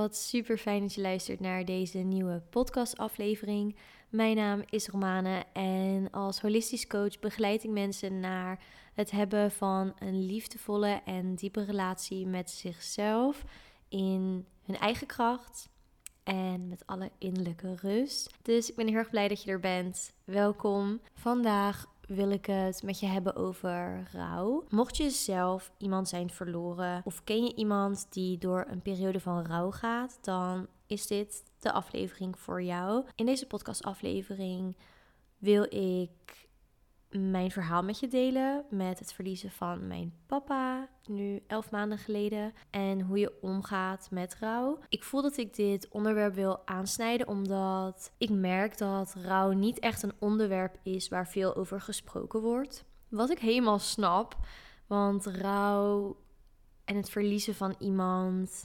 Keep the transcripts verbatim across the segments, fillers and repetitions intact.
wat super fijn dat je luistert naar deze nieuwe podcastaflevering. Mijn naam is Romane en als holistisch coach begeleid ik mensen naar het hebben van een liefdevolle en diepe relatie met zichzelf in hun eigen kracht en met alle innerlijke rust. Dus ik ben heel erg blij dat je er bent. Welkom. Vandaag wil ik het met je hebben over rouw. Mocht je zelf iemand zijn verloren of ken je iemand die door een periode van rouw gaat, dan is dit de aflevering voor jou. In deze podcastaflevering wil ik mijn verhaal met je delen met het verliezen van mijn papa, nu elf maanden geleden, en hoe je omgaat met rouw. Ik voel dat ik dit onderwerp wil aansnijden, omdat ik merk dat rouw niet echt een onderwerp is waar veel over gesproken wordt. Wat ik helemaal snap, want rouw en het verliezen van iemand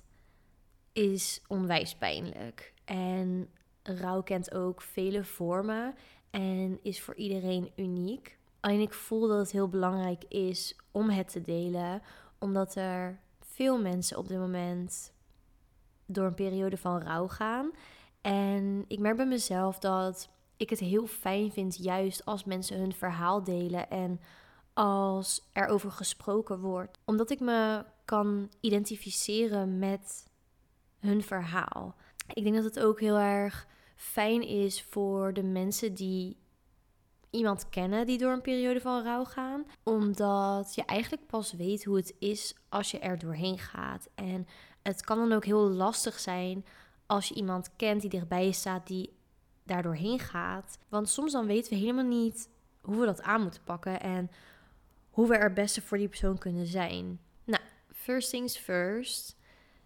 is onwijs pijnlijk. En rouw kent ook vele vormen en is voor iedereen uniek. Alleen ik voel dat het heel belangrijk is om het te delen, omdat er veel mensen op dit moment door een periode van rouw gaan. En ik merk bij mezelf dat ik het heel fijn vind, juist als mensen hun verhaal delen en als er over gesproken wordt. Omdat ik me kan identificeren met hun verhaal. Ik denk dat het ook heel erg fijn is voor de mensen die iemand kennen die door een periode van rouw gaan. Omdat je eigenlijk pas weet hoe het is als je er doorheen gaat. En het kan dan ook heel lastig zijn als je iemand kent die dichtbij je staat die daar doorheen gaat. Want soms dan weten we helemaal niet hoe we dat aan moeten pakken en hoe we er het beste voor die persoon kunnen zijn. Nou, first things first.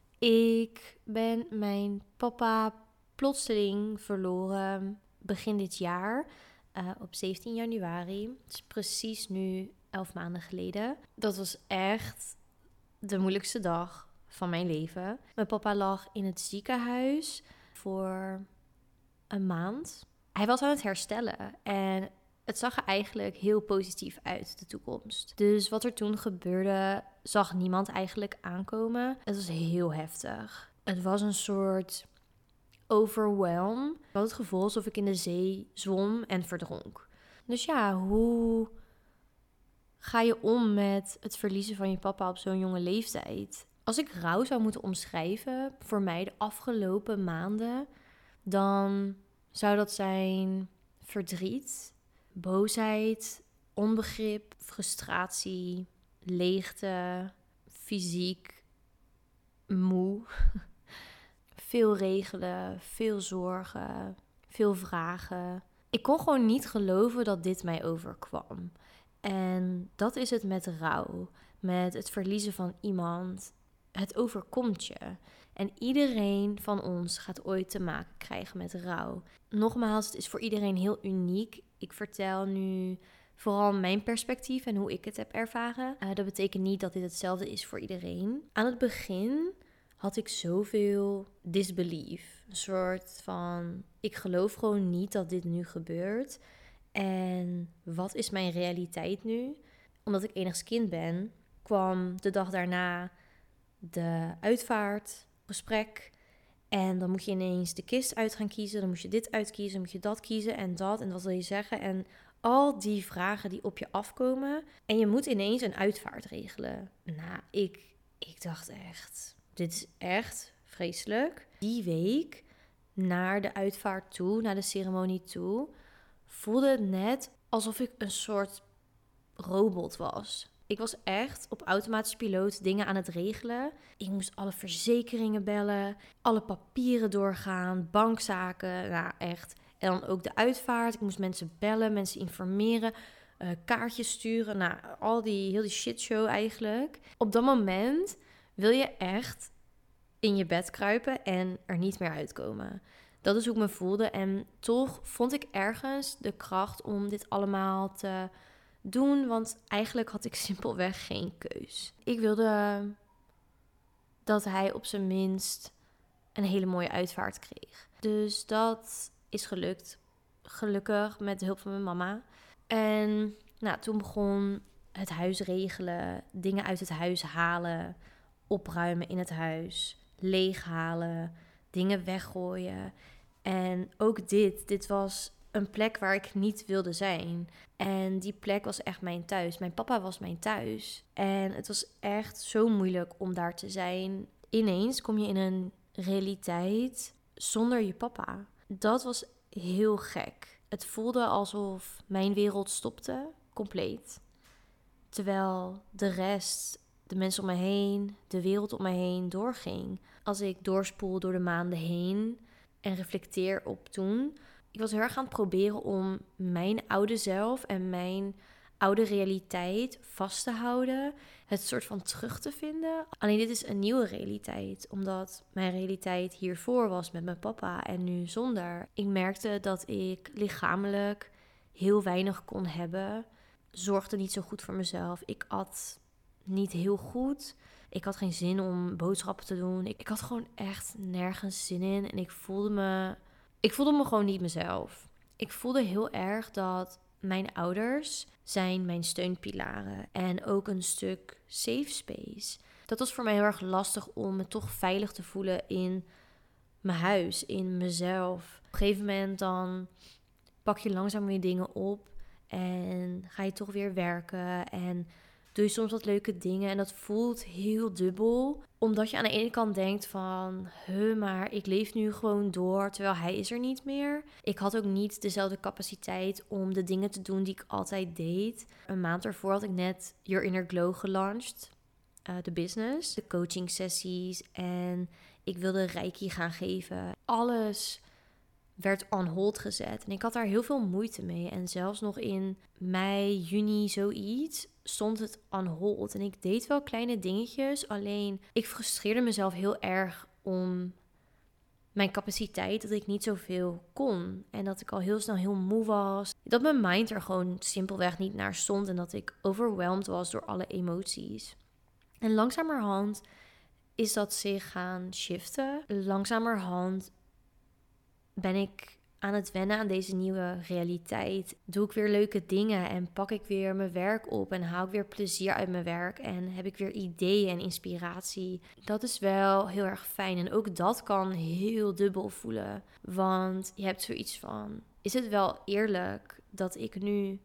Ik ben mijn papa plotseling verloren begin dit jaar. Uh, op zeventien januari. Het is precies nu elf maanden geleden. Dat was echt de moeilijkste dag van mijn leven. Mijn papa lag in het ziekenhuis voor een maand. Hij was aan het herstellen en het zag er eigenlijk heel positief uit, de toekomst. Dus wat er toen gebeurde, zag niemand eigenlijk aankomen. Het was heel heftig. Het was een soort overwhelm. Ik had het gevoel alsof ik in de zee zwom en verdronk. Dus ja, hoe ga je om met het verliezen van je papa op zo'n jonge leeftijd? Als ik rouw zou moeten omschrijven voor mij de afgelopen maanden, dan zou dat zijn verdriet, boosheid, onbegrip, frustratie, leegte, fysiek, moe. Veel regelen, veel zorgen, veel vragen. Ik kon gewoon niet geloven dat dit mij overkwam. En dat is het met rouw, met het verliezen van iemand. Het overkomt je. En iedereen van ons gaat ooit te maken krijgen met rouw. Nogmaals, het is voor iedereen heel uniek. Ik vertel nu vooral mijn perspectief en hoe ik het heb ervaren. Uh, dat betekent niet dat dit hetzelfde is voor iedereen. Aan het begin had ik zoveel disbelief. Een soort van, ik geloof gewoon niet dat dit nu gebeurt. En wat is mijn realiteit nu? Omdat ik enigszins kind ben, kwam de dag daarna de uitvaart, gesprek. En dan moet je ineens de kist uit gaan kiezen. Dan moet je dit uitkiezen, dan moet je dat kiezen en dat. En wat wil je zeggen? En al die vragen die op je afkomen. En je moet ineens een uitvaart regelen. Nou, ik, ik dacht echt, dit is echt vreselijk. Die week naar de uitvaart toe, naar de ceremonie toe, voelde het net alsof ik een soort robot was. Ik was echt op automatische piloot dingen aan het regelen. Ik moest alle verzekeringen bellen, alle papieren doorgaan, bankzaken, nou echt. En dan ook de uitvaart. Ik moest mensen bellen, mensen informeren, uh, kaartjes sturen. Nou, al die, heel die shitshow eigenlijk. Op dat moment wil je echt in je bed kruipen en er niet meer uitkomen. Dat is hoe ik me voelde. En toch vond ik ergens de kracht om dit allemaal te doen. Want eigenlijk had ik simpelweg geen keus. Ik wilde dat hij op zijn minst een hele mooie uitvaart kreeg. Dus dat is gelukt. Gelukkig met de hulp van mijn mama. En nou, toen begon het huis regelen. Dingen uit het huis halen. Opruimen in het huis. Leeghalen. dingen weggooien. En ook dit, dit was een plek waar ik niet wilde zijn. En die plek was echt mijn thuis. Mijn papa was mijn thuis. En het was echt zo moeilijk om daar te zijn. Ineens kom je in een realiteit zonder je papa. Dat was heel gek. Het voelde alsof mijn wereld stopte, compleet. Terwijl de rest, de mensen om me heen, de wereld om me heen doorging. Als ik doorspoel door de maanden heen en reflecteer op toen. Ik was heel erg aan het proberen om mijn oude zelf en mijn oude realiteit vast te houden. Het soort van terug te vinden. Alleen dit is een nieuwe realiteit. Omdat mijn realiteit hiervoor was met mijn papa en nu zonder. Ik merkte dat ik lichamelijk heel weinig kon hebben. Zorgde niet zo goed voor mezelf. Ik at niet heel goed. Ik had geen zin om boodschappen te doen. Ik, ik had gewoon echt nergens zin in. En ik voelde me... Ik voelde me gewoon niet mezelf. Ik voelde heel erg dat mijn ouders zijn mijn steunpilaren. En ook een stuk safe space. Dat was voor mij heel erg lastig om me toch veilig te voelen in mijn huis, in mezelf. Op een gegeven moment dan pak je langzaam weer dingen op. En ga je toch weer werken. En doe je soms wat leuke dingen. En dat voelt heel dubbel. Omdat je aan de ene kant denkt van... Huh, maar ik leef nu gewoon door. Terwijl hij is er niet meer. Ik had ook niet dezelfde capaciteit om de dingen te doen die ik altijd deed. Een maand ervoor had ik net Your Inner Glow gelanceerd. Uh, de business. De coaching sessies. En ik wilde Reiki gaan geven. Alles werd on hold gezet. En ik had daar heel veel moeite mee. En zelfs nog in mei, juni, zoiets, stond het on hold. En ik deed wel kleine dingetjes. Alleen, ik frustreerde mezelf heel erg om mijn capaciteit. Dat ik niet zoveel kon. En dat ik al heel snel heel moe was. Dat mijn mind er gewoon simpelweg niet naar stond. En dat ik overwhelmed was door alle emoties. En langzamerhand is dat zich gaan shiften. Langzamerhand ben ik aan het wennen aan deze nieuwe realiteit. Doe ik weer leuke dingen en pak ik weer mijn werk op en haal ik weer plezier uit mijn werk en heb ik weer ideeën en inspiratie. Dat is wel heel erg fijn en ook dat kan heel dubbel voelen. Want je hebt zoiets van, is het wel eerlijk dat ik nu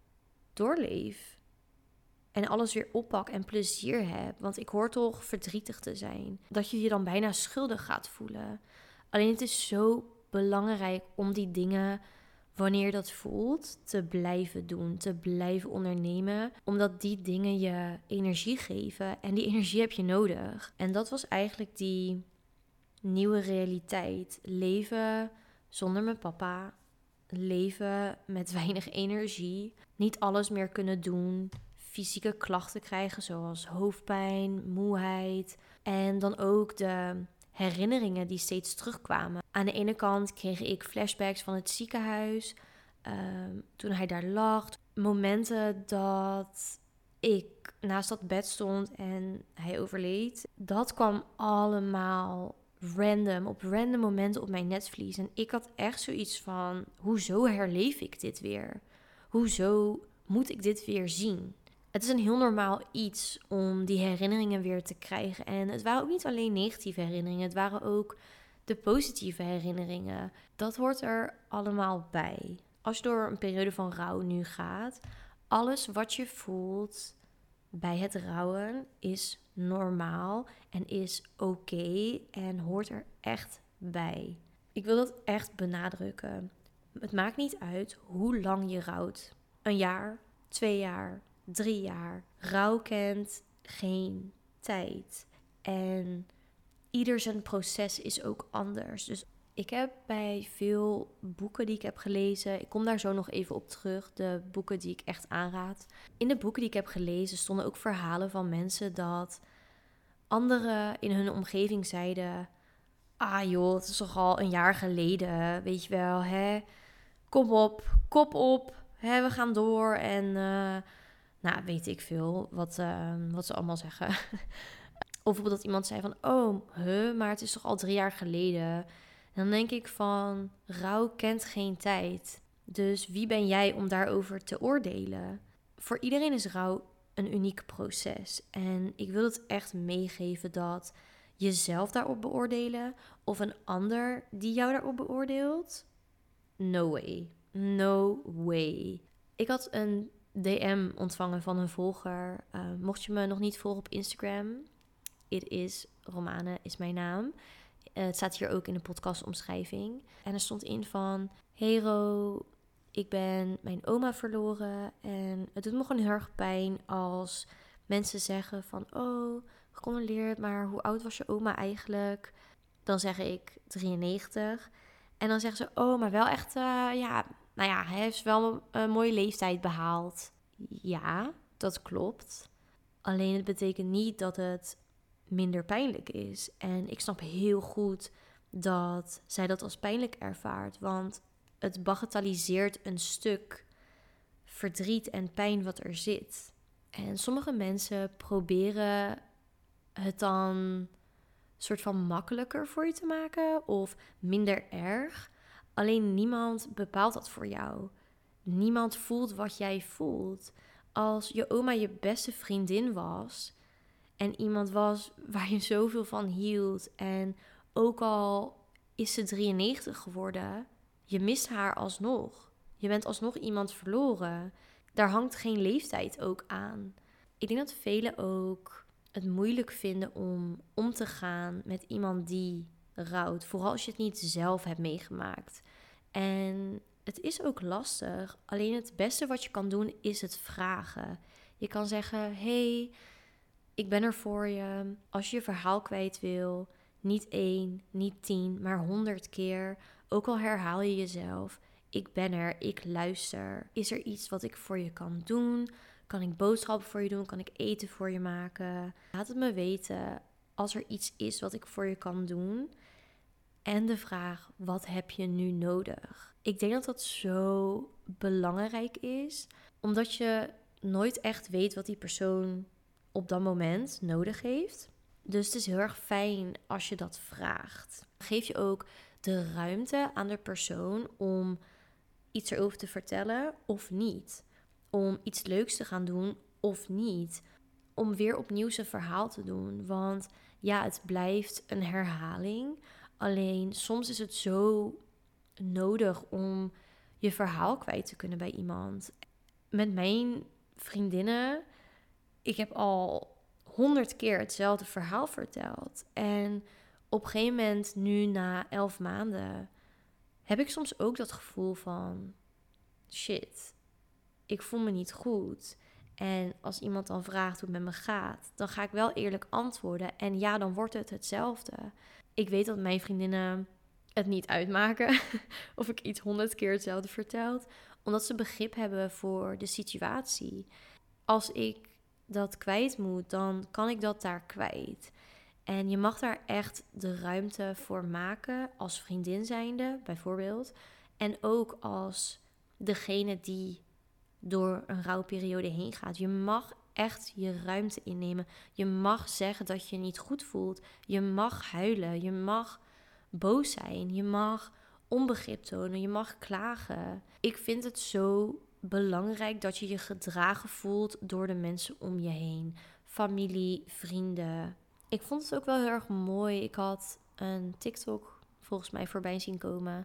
doorleef en alles weer oppak en plezier heb? Want ik hoor toch verdrietig te zijn. Dat je je dan bijna schuldig gaat voelen. Alleen het is zo belangrijk om die dingen, wanneer je dat voelt, te blijven doen, te blijven ondernemen. Omdat die dingen je energie geven en die energie heb je nodig. En dat was eigenlijk die nieuwe realiteit. Leven zonder mijn papa. Leven met weinig energie. Niet alles meer kunnen doen. Fysieke klachten krijgen zoals hoofdpijn, moeheid. En dan ook de herinneringen die steeds terugkwamen. Aan de ene kant kreeg ik flashbacks van het ziekenhuis. Um, toen hij daar lag. Momenten dat ik naast dat bed stond en hij overleed. Dat kwam allemaal random, op random momenten op mijn netvlies. En ik had echt zoiets van, hoezo herleef ik dit weer? Hoezo moet ik dit weer zien? Het is een heel normaal iets om die herinneringen weer te krijgen. En het waren ook niet alleen negatieve herinneringen. Het waren ook de positieve herinneringen. Dat hoort er allemaal bij. Als je door een periode van rouw nu gaat, alles wat je voelt bij het rouwen is normaal en is oké en hoort er echt bij. Ik wil dat echt benadrukken. Het maakt niet uit hoe lang je rouwt. Een jaar, twee jaar, drie jaar. Rouw kent geen tijd. En ieder zijn proces is ook anders. Dus ik heb bij veel boeken die ik heb gelezen, ik kom daar zo nog even op terug, de boeken die ik echt aanraad. In de boeken die ik heb gelezen stonden ook verhalen van mensen dat anderen in hun omgeving zeiden, ah joh, het is toch al een jaar geleden, weet je wel, hè? Kom op, kop op, hè? We gaan door en uh, nou, weet ik veel wat, uh, wat ze allemaal zeggen. Of bijvoorbeeld dat iemand zei van, oh, huh, maar het is toch al drie jaar geleden. En dan denk ik van, rouw kent geen tijd. Dus wie ben jij om daarover te oordelen? Voor iedereen is rouw een uniek proces. En ik wil het echt meegeven dat jezelf daarop beoordelen of een ander die jou daarop beoordeelt? No way. No way. Ik had een D M ontvangen van een volger. Uh, mocht je me nog niet volgen op Instagram, it is Romane is mijn naam. Uh, het staat hier ook in de podcastomschrijving. En er stond in van: Hey Ro, ik ben mijn oma verloren en het doet me gewoon heel erg pijn als mensen zeggen van: oh, gecondoleerd, maar hoe oud was je oma eigenlijk? Dan zeg ik drieënnegentig. En dan zeggen ze: oh, maar wel echt, uh, ja, nou ja, hij heeft wel een mooie leeftijd behaald. Ja, dat klopt. Alleen het betekent niet dat het minder pijnlijk is. En ik snap heel goed dat zij dat als pijnlijk ervaart. Want het bagatelliseert een stuk verdriet en pijn wat er zit. En sommige mensen proberen het dan een soort van makkelijker voor je te maken of minder erg. Alleen niemand bepaalt dat voor jou. Niemand voelt wat jij voelt. Als je oma je beste vriendin was en iemand was waar je zoveel van hield en ook al is ze drieënnegentig geworden, je mist haar alsnog. Je bent alsnog iemand verloren. Daar hangt geen leeftijd ook aan. Ik denk dat velen ook het moeilijk vinden om om te gaan met iemand die rouwt. Vooral als je het niet zelf hebt meegemaakt. En het is ook lastig. Alleen het beste wat je kan doen is het vragen. Je kan zeggen: hey, ik ben er voor je. Als je je verhaal kwijt wil, niet één, niet tien, maar honderd keer. Ook al herhaal je jezelf: ik ben er, ik luister. Is er iets wat ik voor je kan doen? Kan ik boodschappen voor je doen? Kan ik eten voor je maken? Laat het me weten als er iets is wat ik voor je kan doen. En de vraag: wat heb je nu nodig? Ik denk dat dat zo belangrijk is, omdat je nooit echt weet wat die persoon op dat moment nodig heeft. Dus het is heel erg fijn als je dat vraagt. Geef je ook de ruimte aan de persoon om iets erover te vertellen of niet. Om iets leuks te gaan doen of niet. Om weer opnieuw zijn verhaal te doen. Want ja, het blijft een herhaling. Alleen soms is het zo nodig om je verhaal kwijt te kunnen bij iemand. Met mijn vriendinnen, ik heb al honderd keer hetzelfde verhaal verteld. En op een gegeven moment, nu na elf maanden, heb ik soms ook dat gevoel van: shit, ik voel me niet goed. En als iemand dan vraagt hoe het met me gaat, dan ga ik wel eerlijk antwoorden. En ja, dan wordt het hetzelfde. Ik weet dat mijn vriendinnen het niet uitmaken of ik iets honderd keer hetzelfde vertel, omdat ze begrip hebben voor de situatie. Als ik dat kwijt moet, dan kan ik dat daar kwijt. En je mag daar echt de ruimte voor maken als vriendin zijnde, bijvoorbeeld. En ook als degene die door een rouwperiode heen gaat. Je mag echt je ruimte innemen. Je mag zeggen dat je je niet goed voelt. Je mag huilen. Je mag boos zijn. Je mag onbegrip tonen. Je mag klagen. Ik vind het zo belangrijk dat je je gedragen voelt door de mensen om je heen. Familie, vrienden. Ik vond het ook wel heel erg mooi. Ik had een TikTok volgens mij voorbij zien komen.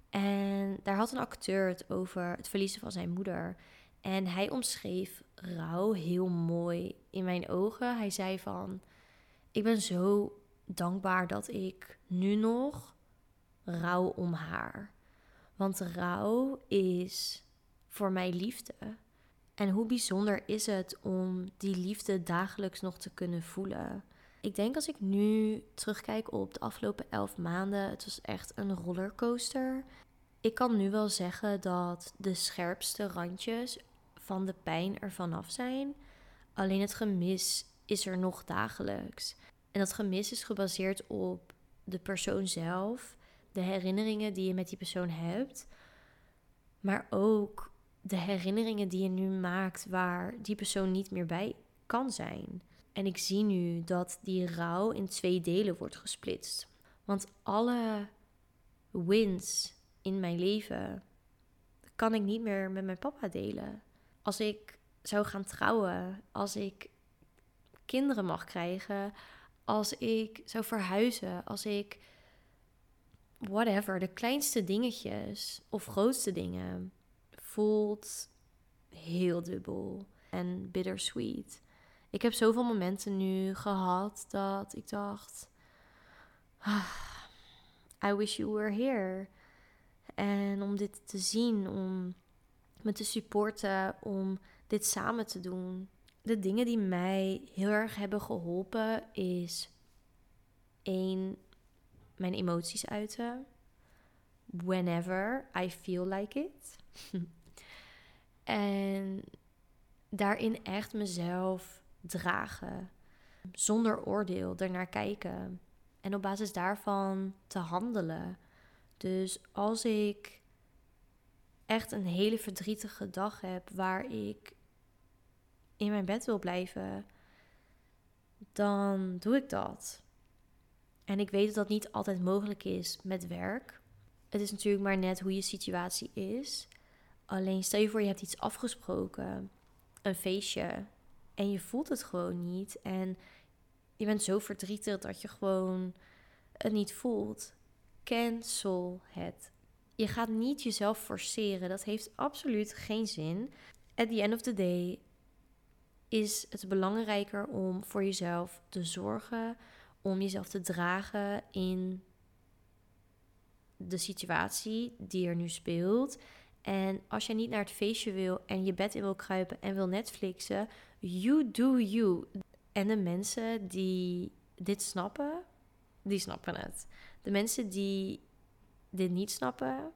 En daar had een acteur het over het verliezen van zijn moeder. En hij omschreef rouw heel mooi in mijn ogen. Hij zei van: ik ben zo dankbaar dat ik nu nog rouw om haar. Want rouw is voor mij liefde. En hoe bijzonder is het om die liefde dagelijks nog te kunnen voelen. Ik denk als ik nu terugkijk op de afgelopen elf maanden, het was echt een rollercoaster. Ik kan nu wel zeggen dat de scherpste randjes van de pijn er vanaf zijn. Alleen het gemis is er nog dagelijks. En dat gemis is gebaseerd op de persoon zelf, de herinneringen die je met die persoon hebt, maar ook de herinneringen die je nu maakt waar die persoon niet meer bij kan zijn. En ik zie nu dat die rouw in twee delen wordt gesplitst. Want alle wins in mijn leven kan ik niet meer met mijn papa delen. Als ik zou gaan trouwen, als ik kinderen mag krijgen, als ik zou verhuizen, als ik whatever, de kleinste dingetjes of grootste dingen, voelt heel dubbel en bittersweet. Ik heb zoveel momenten nu gehad dat ik dacht, ah, I wish you were here. En om dit te zien, om me te supporten, om dit samen te doen. De dingen die mij heel erg hebben geholpen is één, mijn emoties uiten. Whenever I feel like it. En daarin echt mezelf dragen. Zonder oordeel ernaar kijken. En op basis daarvan te handelen. Dus als ik echt een hele verdrietige dag heb waar ik in mijn bed wil blijven, dan doe ik dat. En ik weet dat dat niet altijd mogelijk is met werk. Het is natuurlijk maar net hoe je situatie is. Alleen stel je voor je hebt iets afgesproken, een feestje, en je voelt het gewoon niet. En je bent zo verdrietig dat je gewoon het niet voelt. Cancel het. Je gaat niet jezelf forceren. Dat heeft absoluut geen zin. At the end of the day is het belangrijker om voor jezelf te zorgen, om jezelf te dragen in de situatie die er nu speelt. En als je niet naar het feestje wil en je bed in wil kruipen en wil Netflixen, you do you. En de mensen die dit snappen, die snappen het. De mensen die dit niet snappen,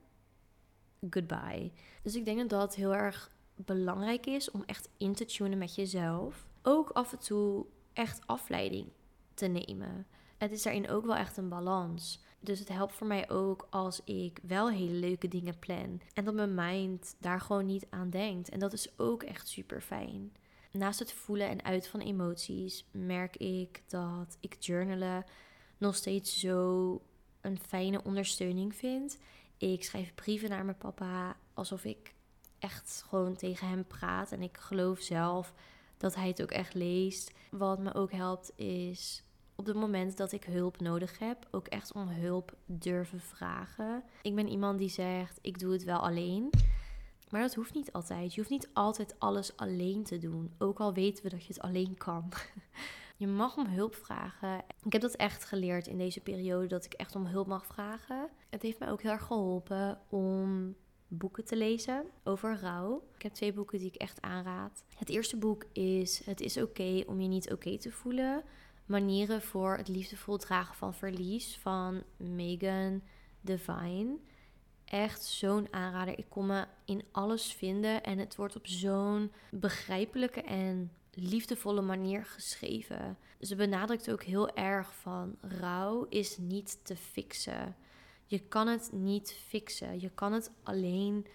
goodbye. Dus ik denk dat dat heel erg belangrijk is om echt in te tunen met jezelf. Ook af en toe echt afleiding te nemen. Het is daarin ook wel echt een balans. Dus het helpt voor mij ook als ik wel hele leuke dingen plan. En dat mijn mind daar gewoon niet aan denkt. En dat is ook echt super fijn. Naast het voelen en uiten van emoties merk ik dat ik journalen nog steeds zo een fijne ondersteuning vind. Ik schrijf brieven naar mijn papa alsof ik echt gewoon tegen hem praat. En ik geloof zelf dat hij het ook echt leest. Wat me ook helpt is op het moment dat ik hulp nodig heb, ook echt om hulp durven vragen. Ik ben iemand die zegt, ik doe het wel alleen. Maar dat hoeft niet altijd. Je hoeft niet altijd alles alleen te doen. Ook al weten we dat je het alleen kan. Je mag om hulp vragen. Ik heb dat echt geleerd in deze periode, dat ik echt om hulp mag vragen. Het heeft mij ook heel erg geholpen om boeken te lezen over rouw. Ik heb twee boeken die ik echt aanraad. Het eerste boek is Het is oké om je niet oké te voelen. Manieren voor het liefdevol dragen van verlies van Megan Devine. Echt zo'n aanrader. Ik kon me in alles vinden en het wordt op zo'n begrijpelijke en liefdevolle manier geschreven. Ze benadrukt ook heel erg van rouw is niet te fixen. Je kan het niet fixen. Je kan het alleen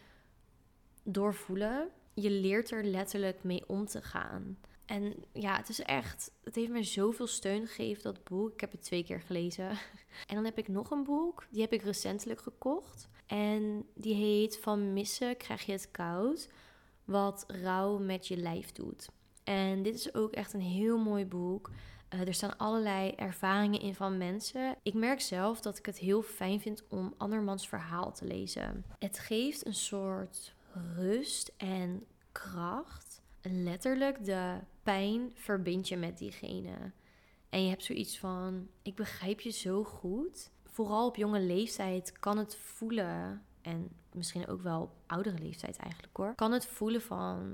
doorvoelen. Je leert er letterlijk mee om te gaan. En ja, het is echt, het heeft me zoveel steun gegeven, dat boek. Ik heb het twee keer gelezen. En dan heb ik nog een boek, die heb ik recentelijk gekocht. En die heet Van missen krijg je het koud, wat rouw met je lijf doet. En dit is ook echt een heel mooi boek. Uh, er staan allerlei ervaringen in van mensen. Ik merk zelf dat ik het heel fijn vind om andermans verhaal te lezen. Het geeft een soort rust en kracht. Letterlijk, de pijn verbind je met diegene. En je hebt zoiets van, ik begrijp je zo goed. Vooral op jonge leeftijd kan het voelen, en misschien ook wel op oudere leeftijd eigenlijk hoor, kan het voelen van,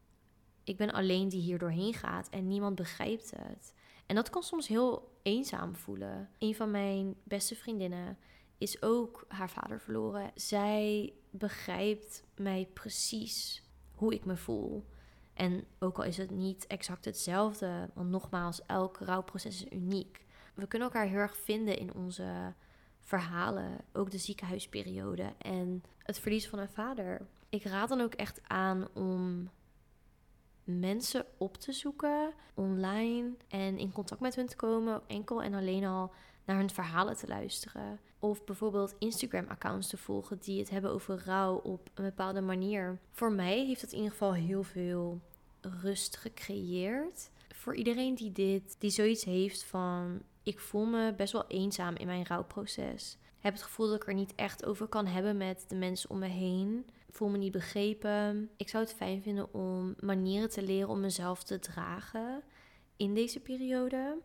ik ben alleen die hier doorheen gaat en niemand begrijpt het. En dat kan soms heel eenzaam voelen. Een van mijn beste vriendinnen is ook haar vader verloren. Zij begrijpt mij precies hoe ik me voel. En ook al is het niet exact hetzelfde, want nogmaals, elk rouwproces is uniek. We kunnen elkaar heel erg vinden in onze verhalen, ook de ziekenhuisperiode en het verlies van een vader. Ik raad dan ook echt aan om mensen op te zoeken online en in contact met hun te komen, enkel en alleen al naar hun verhalen te luisteren. Of bijvoorbeeld Instagram-accounts te volgen die het hebben over rouw op een bepaalde manier. Voor mij heeft het in ieder geval heel veel rust gecreëerd. Voor iedereen die dit, die zoiets heeft van, ik voel me best wel eenzaam in mijn rouwproces. Ik heb het gevoel dat ik er niet echt over kan hebben met de mensen om me heen. Ik voel me niet begrepen. Ik zou het fijn vinden om manieren te leren om mezelf te dragen in deze periode.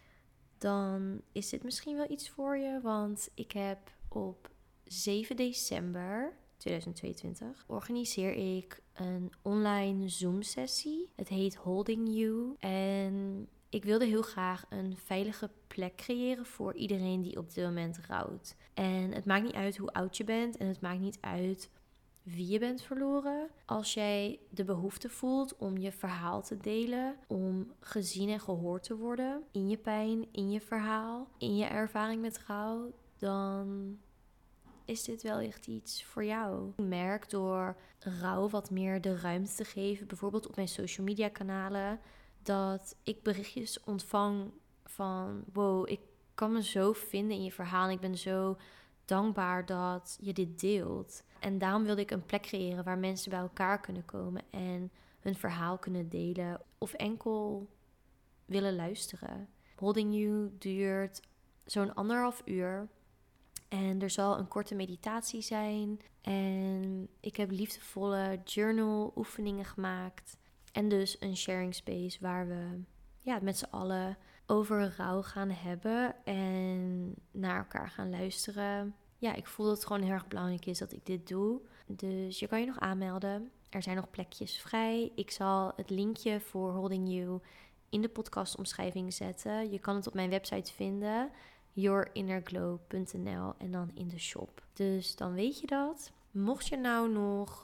Dan is dit misschien wel iets voor je. Want ik heb op zeven december tweeduizend tweeëntwintig organiseer ik een online Zoom-sessie. Het heet Holding You. En ik wilde heel graag een veilige plek creëren voor iedereen die op dit moment rouwt. En het maakt niet uit hoe oud je bent en het maakt niet uit wie je bent verloren. Als jij de behoefte voelt om je verhaal te delen, om gezien en gehoord te worden in je pijn, in je verhaal, in je ervaring met rouw, dan is dit wellicht iets voor jou. Ik merk door rouw wat meer de ruimte te geven, bijvoorbeeld op mijn social media kanalen, dat ik berichtjes ontvang van wow, ik kan me zo vinden in je verhaal en ik ben zo dankbaar dat je dit deelt. En daarom wilde ik een plek creëren waar mensen bij elkaar kunnen komen en hun verhaal kunnen delen of enkel willen luisteren. Holding You duurt zo'n anderhalf uur. En er zal een korte meditatie zijn. En ik heb liefdevolle journal oefeningen gemaakt. En dus een sharing space waar we ja, met z'n allen over rouw gaan hebben. En naar elkaar gaan luisteren. Ja, ik voel dat het gewoon heel erg belangrijk is dat ik dit doe. Dus je kan je nog aanmelden. Er zijn nog plekjes vrij. Ik zal het linkje voor Holding You in de podcastomschrijving zetten. Je kan het op mijn website vinden. your inner glow punt n l en dan in de shop. Dus dan weet je dat. Mocht je nou nog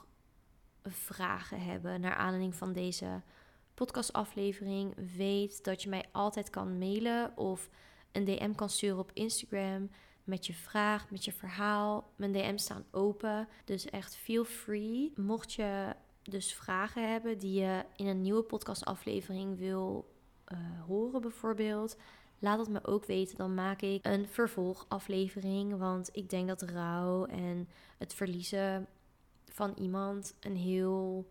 vragen hebben naar aanleiding van deze podcastaflevering, weet dat je mij altijd kan mailen of een D M kan sturen op Instagram met je vraag, met je verhaal. Mijn D M's staan open, dus echt feel free. Mocht je dus vragen hebben die je in een nieuwe podcastaflevering wil uh, horen bijvoorbeeld, laat het me ook weten, dan maak ik een vervolgaflevering. Want ik denk dat rouw en het verliezen van iemand een heel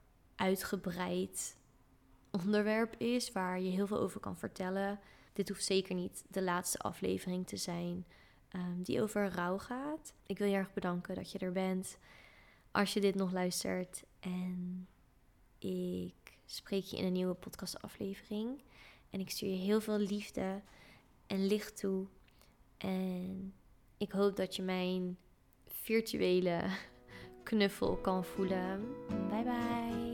uitgebreid onderwerp is, waar je heel veel over kan vertellen. Dit hoeft zeker niet de laatste aflevering te zijn um, die over rouw gaat. Ik wil je erg bedanken dat je er bent, als je dit nog luistert. En ik spreek je in een nieuwe podcastaflevering. En ik stuur je heel veel liefde en licht toe. En ik hoop dat je mijn virtuele knuffel kan voelen. Bye bye.